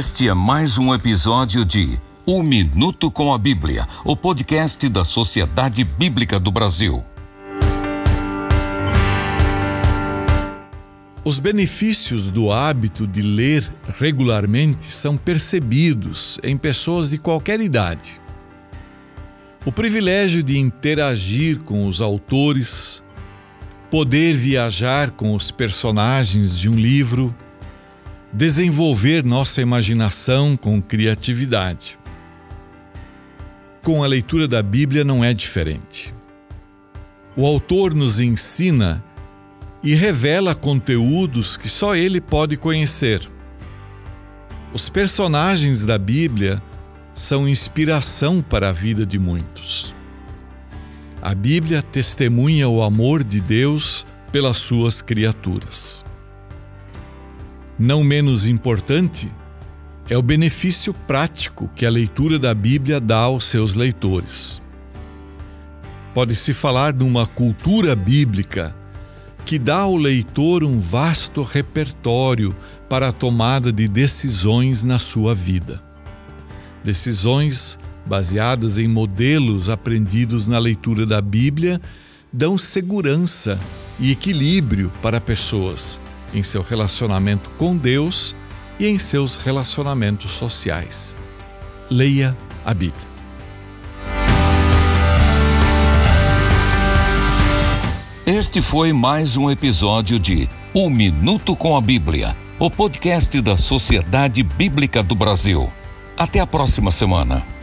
Este é mais um episódio de Um Minuto com a Bíblia, o podcast da Sociedade Bíblica do Brasil. Os benefícios do hábito de ler regularmente são percebidos em pessoas de qualquer idade. O privilégio de interagir com os autores, poder viajar com os personagens de um livro, desenvolver nossa imaginação com criatividade. Com a leitura da Bíblia não é diferente. O autor nos ensina e revela conteúdos que só ele pode conhecer. Os personagens da Bíblia são inspiração para a vida de muitos. A Bíblia testemunha o amor de Deus pelas suas criaturas. Não menos importante é o benefício prático que a leitura da Bíblia dá aos seus leitores. Pode-se falar de uma cultura bíblica que dá ao leitor um vasto repertório para a tomada de decisões na sua vida. Decisões baseadas em modelos aprendidos na leitura da Bíblia dão segurança e equilíbrio para pessoas em seu relacionamento com Deus e em seus relacionamentos sociais. Leia a Bíblia. Este foi mais um episódio de Um Minuto com a Bíblia, o podcast da Sociedade Bíblica do Brasil. Até a próxima semana.